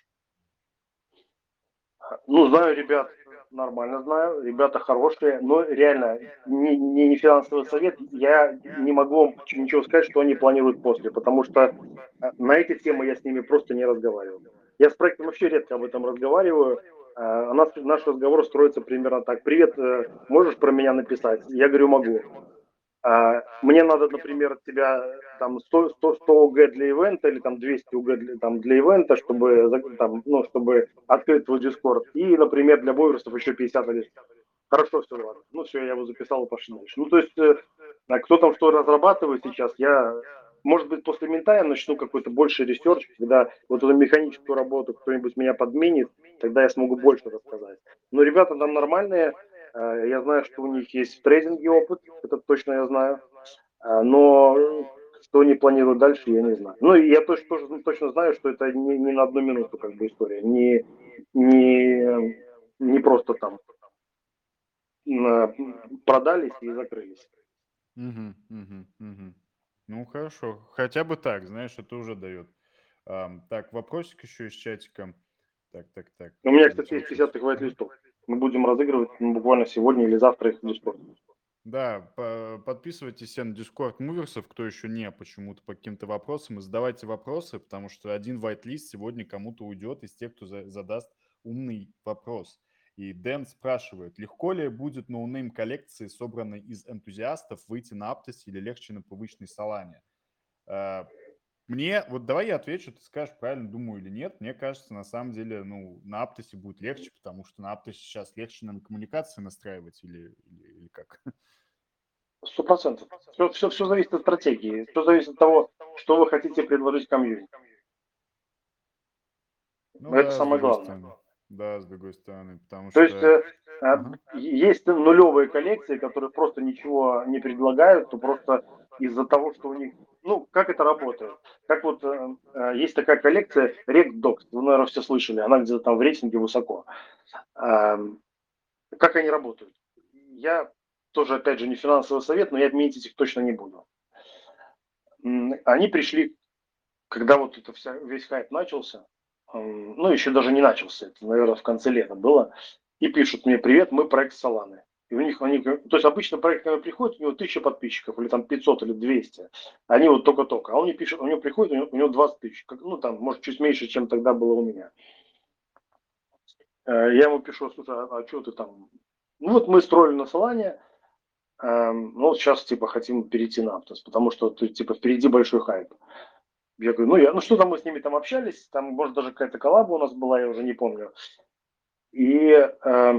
Ну, знаю ребят, нормально знаю, ребята хорошие, но реально, не, не, не финансовый совет, я не могу вам ничего сказать, что они планируют после, потому что э, на эти темы я с ними просто не разговаривал. Я с проектом вообще редко об этом разговариваю, а у нас, наш разговор строится примерно так. Привет, э, можешь про меня написать? Я говорю, могу. А, мне надо, например, от тебя там сто, сто, сто ОГ для ивента или там двести ОГ для, там, для ивента, чтобы, за- там, ну, чтобы открыть твой Discord. И, например, для бойверсов еще пятьдесят или... Хорошо, все, ладно. Ну, все, я его записал и пошли дальше. Ну, то есть, э, а кто там что разрабатывает сейчас, я, может быть, после мента я начну какой-то больше ресерч, когда вот эту механическую работу кто-нибудь меня подменит, тогда я смогу больше рассказать. Но ребята там нормальные, э, я знаю, что у них есть в трейдинге опыт, это точно я знаю. А, но что они планируют дальше, я не знаю. Ну, и я тоже, тоже точно знаю, что это не, не на одну минуту как бы история. Не, не, не просто там м, продались и закрылись. Мгм, мгм, мгм. Ну, хорошо. Хотя бы так, знаешь, это уже дает. Ам, так, вопросик еще из чатика. Так, так, так. У меня, кстати, Найдем есть сейчас. пятьдесят white листов. Мы будем разыгрывать ну, буквально сегодня или завтра их в Discord. Да, по- подписывайтесь все на Discord муверсов, кто еще не почему-то по каким-то вопросам, и задавайте вопросы, потому что один whitelist сегодня кому-то уйдет из тех, кто за- задаст умный вопрос. И Дэн спрашивает, легко ли будет ноунейм коллекции, собранной из энтузиастов, выйти на Аптосе или легче на повышенной Солане? Э, Мне, вот давай я отвечу, ты скажешь, правильно думаю или нет. Мне кажется, на самом деле, ну, на Аптосе будет легче, потому что на Аптосе сейчас легче, наверное, коммуникации настраивать или, или, или как. Сто процентов. Все, все, все зависит от стратегии. Все зависит от того, что вы хотите предложить комьюнити. Ну Это да, с самое другой главное. стороны. Да, с другой стороны, потому То есть что... э, э, Ага. есть нулевые коллекции, которые просто ничего не предлагают, то просто из-за того, что у них, ну, как это работает? Как вот э, э, есть такая коллекция RecDocs, вы, наверное, все слышали, она где-то там в рейтинге высоко. Эм, как они работают? Я тоже, опять же, не финансовый совет, но я отменить их точно не буду. М, Они пришли, когда вот это вся, весь хайп начался, м, ну, еще даже не начался, это, наверное, в конце лета было, и пишут мне, привет, мы проект Соланы. И у них, они, то есть обычно проект, когда приходит, у него тысяча подписчиков, или там пятьсот, или двести. Они вот только-только. А он мне пишет, у него приходит, у него, у него двадцать тысяч. Как, ну, там, может, чуть меньше, чем тогда было у меня. Э, Я ему пишу, слушай, а, а что ты там? Ну, вот мы строили на Солане, эм, ну, вот сейчас, типа, хотим перейти на Аптос, потому что, типа, впереди большой хайп. Я говорю, ну, я, ну что там мы с ними там общались, там, может, даже какая-то коллаба у нас была, я уже не помню. И, э,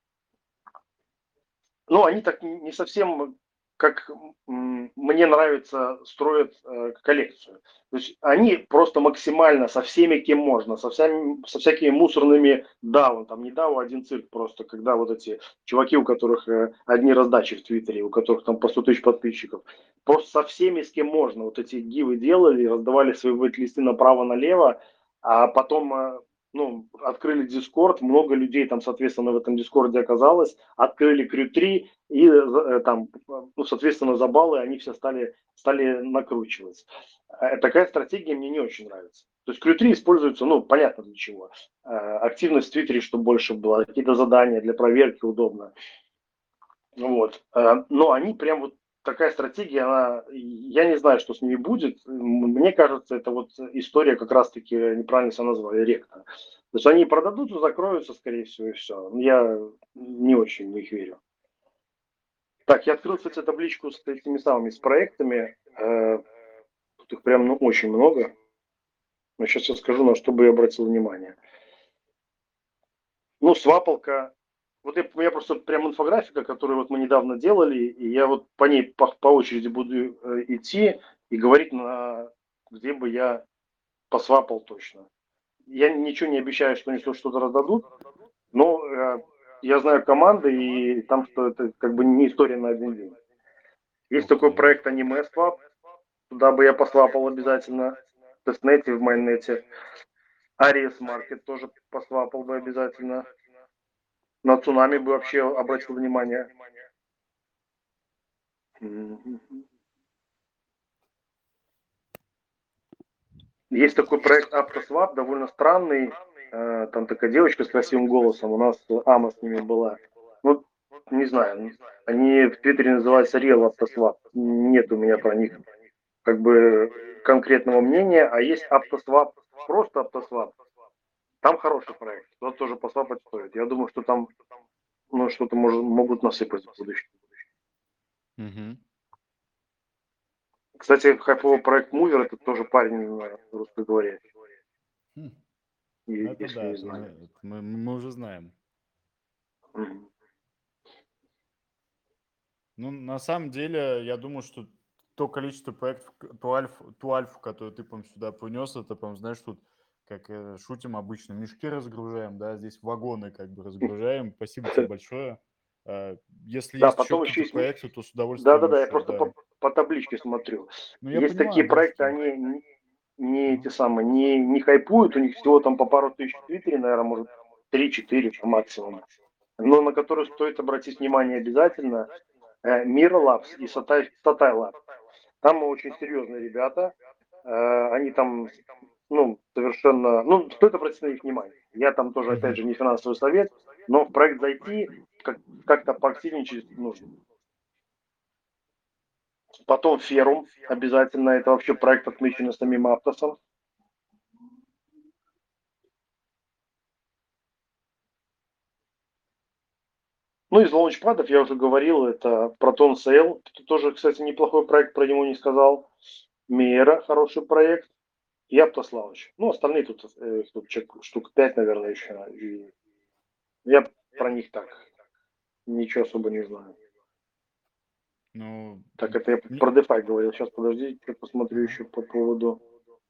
ну, они так не совсем, как м, мне нравится, строят э, коллекцию. То есть они просто максимально со всеми, кем можно, со, всеми, со всякими мусорными даун, там не дау, а один цирк просто, когда вот эти чуваки, у которых э, одни раздачи в Твиттере, у которых там по сто тысяч подписчиков, просто со всеми, с кем можно, вот эти гивы делали, раздавали свои вейт-листы направо-налево, а потом э, ну, открыли Discord, много людей там, соответственно, в этом Дискорде оказалось, открыли крю три, и э, там, ну, соответственно, за баллы они все стали, стали накручивать. Э, Такая стратегия мне не очень нравится. То есть крю три используется, ну, понятно для чего. Э, Активность в Твиттере, чтобы больше было, какие-то задания для проверки удобно. Вот. Э, Но они прям вот такая стратегия, она, я не знаю, что с ними будет. Мне кажется, это вот история как раз-таки, неправильно себя назвали, ректа. То есть они продадут и закроются, скорее всего, и все. Я не очень в них верю. Так, я открыл, кстати, табличку с этими самыми, с проектами. Э, Тут их прям ну, очень много. Но сейчас я скажу, на что бы я обратил внимание. Ну, свапалка. Вот я, у меня просто прям инфографика, которую вот мы недавно делали, и я вот по ней по, по очереди буду э, идти и говорить, на, где бы я посвапал точно. Я ничего не обещаю, что они что-то раздадут, но э, я знаю команды, и там что это как бы не история на один день. Есть такой Окей. проект Anime Swap. Туда бы я посвапал обязательно. В тестнете, в майннете. Aries Market тоже посвапал бы обязательно. На цунами бы вообще обратил внимание. Мгм. Есть такой проект AptoSwap, довольно странный. Э, Там такая девочка с красивым голосом. У нас Ама с ними была. Ну, не знаю. Они в Твиттере называются Real AptoSwap. Нет у меня про них как бы конкретного мнения. А есть AptoSwap, просто AptoSwap. Там хороший проект. Туда тоже посвапать стоит. Я думаю, что там ну, что-то может, могут насыпать в будущем. Мгм. Кстати, хайповый проект Mover это тоже парень э, русскоговорящий, Хм. и- Ну, это если да, не это мы, знали. это мы, мы уже знаем. Мгм. Ну, на самом деле, я думаю, что то количество проектов, к- ту альфу, ту альфу, которую ты, по сюда принес, это, прям, знаешь, тут, как э, шутим обычно, мешки разгружаем, да, здесь вагоны как бы разгружаем. Спасибо тебе большое. Э, Если Да, есть еще потом еще какие-то есть... м- проекты, то с удовольствием Да-да-да, я еще, просто да. по, по табличке смотрю. Ну, я Есть такие понимаю, да, проекты, что... они не, не Ага. эти самые, не, не хайпуют, у них всего там по пару тысяч в Твиттере, наверное, может, три-четыре по максимуму. Но на которые стоит обратить внимание обязательно. Э, Mira Labs и Satai, Satai Labs. Там очень серьезные ребята. Э, Они там, ну, совершенно... Ну, стоит обратить на них внимание. Я там тоже, опять Мгм. же, не финансовый совет, но в проект зайти как- как-то поактивничать нужно. Потом Ферум обязательно. Это вообще проект, отмеченный самим Аптосом. Ну, из лаунчпадов я уже говорил, это Proton Sale. Это тоже, кстати, неплохой проект, про него не сказал. Мера, хороший проект. И Aptos Launch. Ну, остальные тут, э, тут чек- штук пять, наверное, еще. И я про них так ничего особо не знаю. Ну, Так, это я мне- про DeFi говорил. Сейчас, подождите, я посмотрю ага. еще по поводу...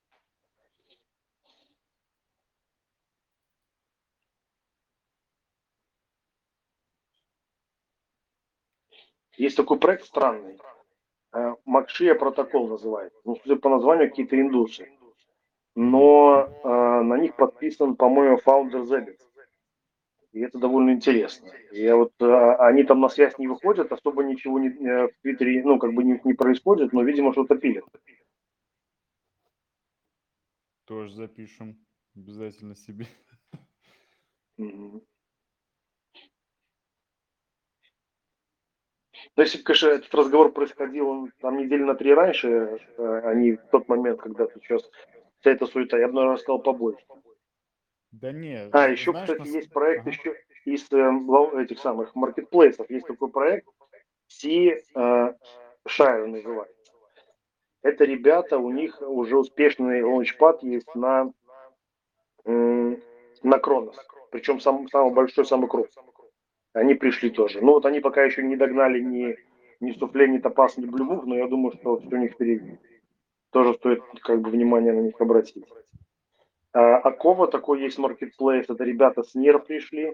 Есть такой проект странный. Э, Макшия протокол называется. Ну, судя по названию, какие-то индусы. Мгм. Но э, на них подписан, по-моему, фаундер Zebit. И это довольно интересно. И вот э, они там на связь не выходят, особо ничего не, э, в Твиттере, ну, как бы не, не происходит, но, видимо, что-то пилят. Тоже запишем обязательно себе. Мгм. Но если бы, конечно, этот разговор происходил он, там недели на три раньше, э, а не в тот момент, когда тут сейчас вся эта суета, я бы, наверное, сказал побольше. Да не, А, з- еще, знаешь, кстати, нас... есть проект Ага. еще из э, лау- этих самых маркетплейсов. Есть такой проект, Си э, Shire называется. Это ребята, у них уже успешный лаунчпад есть на, м, на Кронос. Причем сам, самый большой, самый крупный. Они пришли тоже. Ну вот они пока еще не догнали ни, ни Суфле, ни Топас, ни Блюмув, но я думаю, что все у них впереди. Тоже стоит как бы внимание на них обратить. А, Акова такой есть маркетплейс, это ребята с Нир пришли.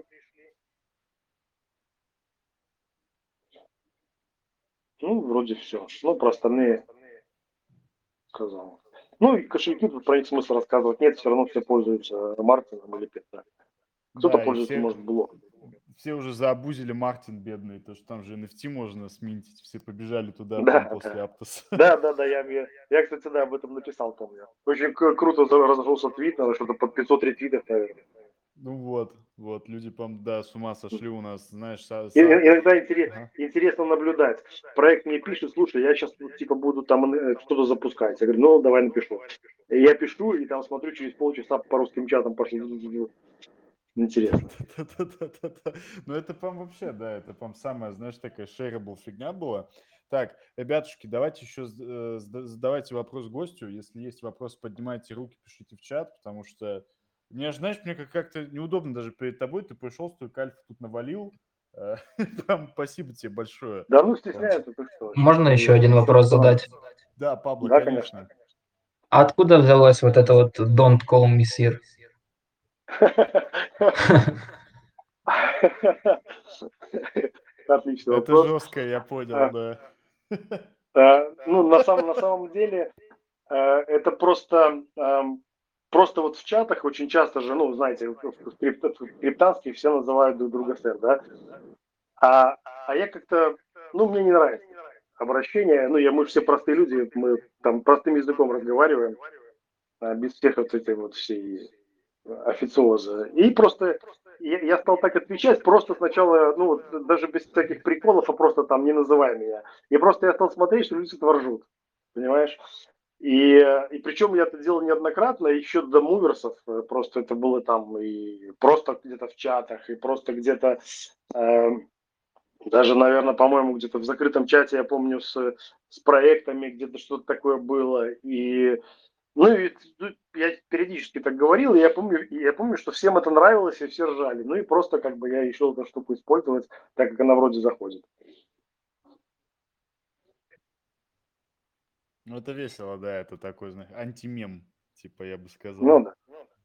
Ну, вроде все. Ну, про остальные сказал. Ну, и кошельки, тут про них смысла рассказывать нет, все равно все пользуются Мартином или Петра. Кто-то Да, и пользуется, все, может, блок. все уже заабузили Мартин бедный, то что там же эн эф ти можно сминтить, все побежали туда прям Да, после да. Аптоса. Да, да, да, я, я, я, кстати, да, об этом написал, помню. Очень к- круто за- разошелся твит, надо что-то под пятьсот ретвитов, наверное. Ну вот, вот, люди, по да, с ума сошли у нас, знаешь, са- И- и- са- Иногда интерес, Ага. интересно наблюдать. Проект мне пишет, слушай, я сейчас типа буду там э, что-то запускать. Я говорю, ну давай напишу. И я пишу, и там смотрю, через полчаса по русским чатам пошли. Интересно. Да-да-да-да-да. Ну, это, прям вообще, да, это, прям самая, знаешь, такая shareable фигня была. Так, ребятушки, давайте еще з- э, зда- задавайте вопрос гостю. Если есть вопрос, поднимайте руки, пишите в чат, потому что мне, ж, знаешь, мне как- как-то неудобно даже перед тобой. Ты пришел, столько альфа тут навалил. Э, Прям спасибо тебе большое. Да ну Прям. стесняются, ты что? Сейчас Можно еще один ничего вопрос странного. задать? Да, Пабло, Да, конечно. конечно. А откуда взялась вот эта вот "Don't call me sir"? Отличный Это вопрос. жестко, я понял, А, да. Э, ну, на самом на самом деле, э, это просто, эм, просто вот в чатах очень часто же, ну, знаете, в в крипто в криптанских все называют друг друга сэр, да? А а я как-то, ну, мне не нравится обращение. Ну, я мы ж все простые люди, мы там простым языком разговариваем, а, без всех вот этой вот всей официоза. И просто я я стал так отвечать, просто сначала, ну, вот д даже без всяких приколов, а просто там не называй меня. И просто я стал смотреть, что люди с этого ржут, понимаешь? И, э, и причем я это делал неоднократно, еще до муверсов. Э, просто это было там и просто где-то в чатах, и просто где-то, эм, даже, наверно, по-моему, где-то в закрытом чате, я помню, с с проектами где-то что-то такое было. И, ну, и тут я периодически так говорил, и я помню и я помню, что всем это нравилось, и все ржали. Ну и просто как бы я решил эту штуку использовать, так как она вроде заходит. Ну, это весело, да, это такой, знаешь, антимем, типа, я бы Ну сказал. да.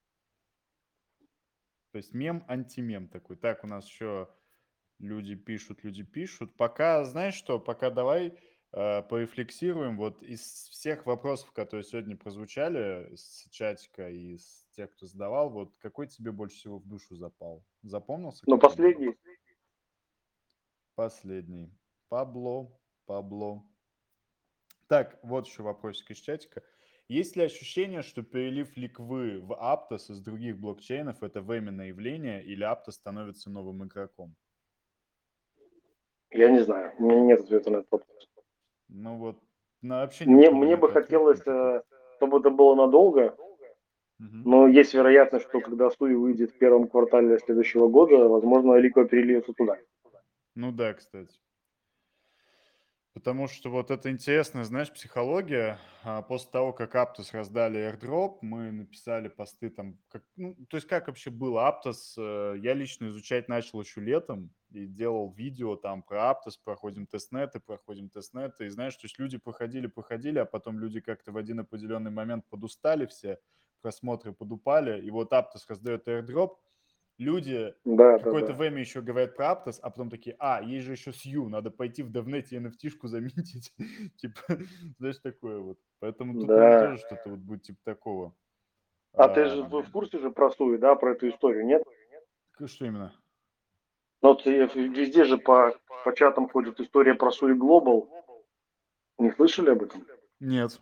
То есть мем, антимем такой. Так, у нас еще люди пишут, люди пишут. Пока, знаешь что, пока давай э, порефлексируем. Вот из всех вопросов, которые сегодня прозвучали с чатика и с тех, кто задавал, вот какой тебе больше всего в душу запал? Запомнился Но какой-нибудь? последний Последний. Пабло, Пабло. Так, вот еще вопросик из чатика. Есть ли ощущение, что перелив ликвы в Aptos из других блокчейнов — это временное явление, или Aptos становится новым игроком? я не знаю, у меня нет ответа на этот вопрос. Ну вот, ну, вообще ни у Мне кого мне нет бы ответа хотелось, на такой. э, чтобы это было надолго, Мгм. но есть вероятность, что когда Суи выйдет в первом квартале следующего года, возможно, Ликва перельется туда. Ну да, кстати. Потому что вот это интересная, знаешь, психология. А, После того, как Aptos раздали airdrop, мы написали посты там, как, ну, то есть как вообще было Aptos, э, я лично изучать начал еще летом и делал видео там про Aptos, проходим тестнеты, проходим тестнеты, и знаешь, то есть люди проходили, проходили, а потом люди как-то в один определенный момент подустали все, просмотры подупали, и вот Aptos раздает airdrop, люди Да-да-да. какое-то время еще говорят про Aptos, а потом такие, а, есть же еще Сью, надо пойти в Девнете эн эф ти-шку заминтить. Типа, знаешь, такое вот. Поэтому тут, наверное, Да. тоже что-то вот будет типа такого. А ты А, же в в курсе же про Суи, да, про эту историю, нет? к- Что именно? Ну вот, э, в везде же по по чатам ходит история про Суи Global. Не слышали об этом? Нет.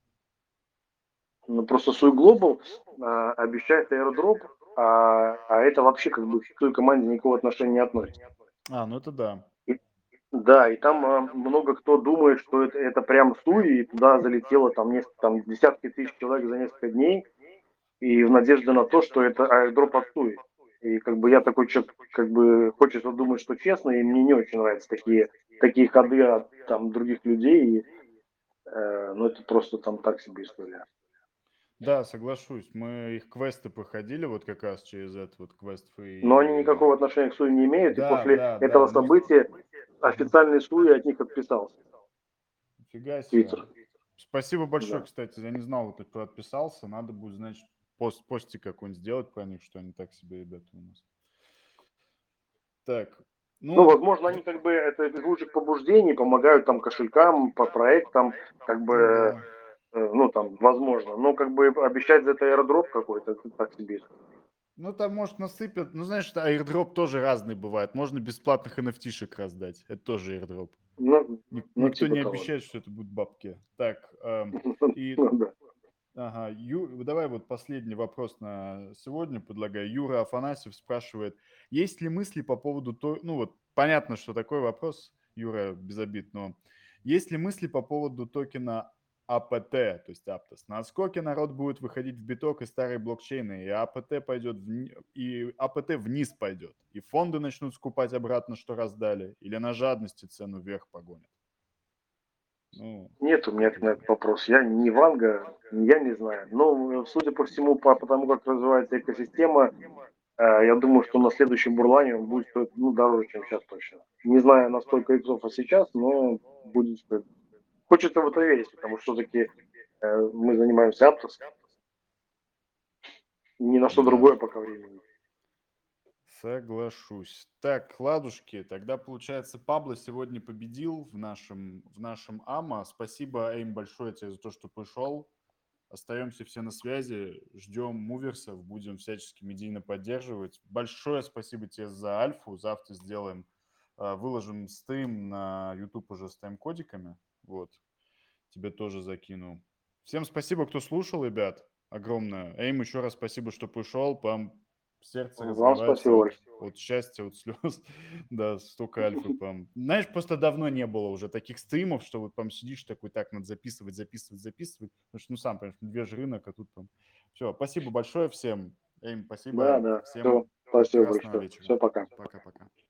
Ну, просто Суи Global, а, обещает airdrop, а а это вообще как бы к той команде никакого отношения не относится. А, ну это да. И да, и там, а, много кто думает, что это это прям Суи, и туда залетело там несколько там десятки тысяч человек за несколько дней, и в надежде на то, что это airdrop от Суи. И как бы я такой человек, как бы хочется думать, что честно, и мне не очень нравятся такие такие ходы от там других людей. И, э, ну, это просто там так себе история. Да, соглашусь. Мы их квесты проходили вот как раз через этот вот квест Но они и... никакого отношения к Суи не имеют, и Да, после да, да, этого мы... события Мгм. официальный Суи от них отписался. Фига себе. Твиттер. Спасибо большое, Да. кстати. Я не знал, вот кто отписался. Надо будет, значит, пост, постик какой-нибудь сделать про них, что они так себе ребята у нас. Так, Ну, ну, возможно, они как бы это из лучших побуждений помогают там кошелькам, по проектам, как бы, ну э, да. ну, там, возможно. Но как бы обещать за это airdrop какой-то, это так себе. Ну, там, может, насыпят. Ну, знаешь, да, airdrop тоже разный бывает. Можно бесплатных эн эф ти-шек раздать. Это тоже airdrop. Ну, Ник- ну, никто типа не того. обещает, что это будут бабки. Так, эм, и Ну, да. ага, Ю- давай вот последний вопрос на сегодня предлагаю. Юра Афанасьев спрашивает, есть ли мысли по поводу то, ну вот понятно, что такой вопрос, Юра, без обид, но есть ли мысли по поводу токена эй пи ти, то есть Aptos? Насколько народ будет выходить в биток и старые блокчейны, и эй пи ти пойдет вни- и эй пи ти вниз пойдет, и фонды начнут скупать обратно, что раздали, или на жадности цену вверх погонят? Ну, Нет у меня как на бы. этот вопрос. Я не Ванга, я не знаю. Но, э, судя по всему, по потому как развивается экосистема, э, я думаю, что на следующем бурлане он будет стоить, ну, дороже, чем сейчас точно. Не знаю, насколько иксов сейчас, но будет стоить. Хочется в это верить, потому что все-таки мы занимаемся Aptos, ни на что Да. другое пока времени. Соглашусь. Так, ладушки, тогда получается, Пабло сегодня победил в нашем, в нашем АМА. Спасибо, Эйм, большое тебе за то, что пришел. Остаемся все на связи, ждем муверсов, будем всячески медийно поддерживать. Большое спасибо тебе за альфу. Завтра сделаем, а, выложим стрим на YouTube уже с тайм-кодиками. Вот, тебе тоже закину. Всем спасибо, кто слушал, ребят, огромное. Эйм, еще раз спасибо, что пришел. Прям сердце Вам разрывается спасибо от, большое. от счастья, от слез. Да, столько альфы, прям. Знаешь, просто давно не было уже таких стримов, что вот там сидишь такой, так, надо записывать, записывать, записывать. Потому что, ну, сам, понимаешь, медвежий рынок, а тут там... Все, спасибо большое всем. Эйм, Да, спасибо. да. Все, Всем спасибо прекрасного большое. вечера. Все, пока. Пока-пока.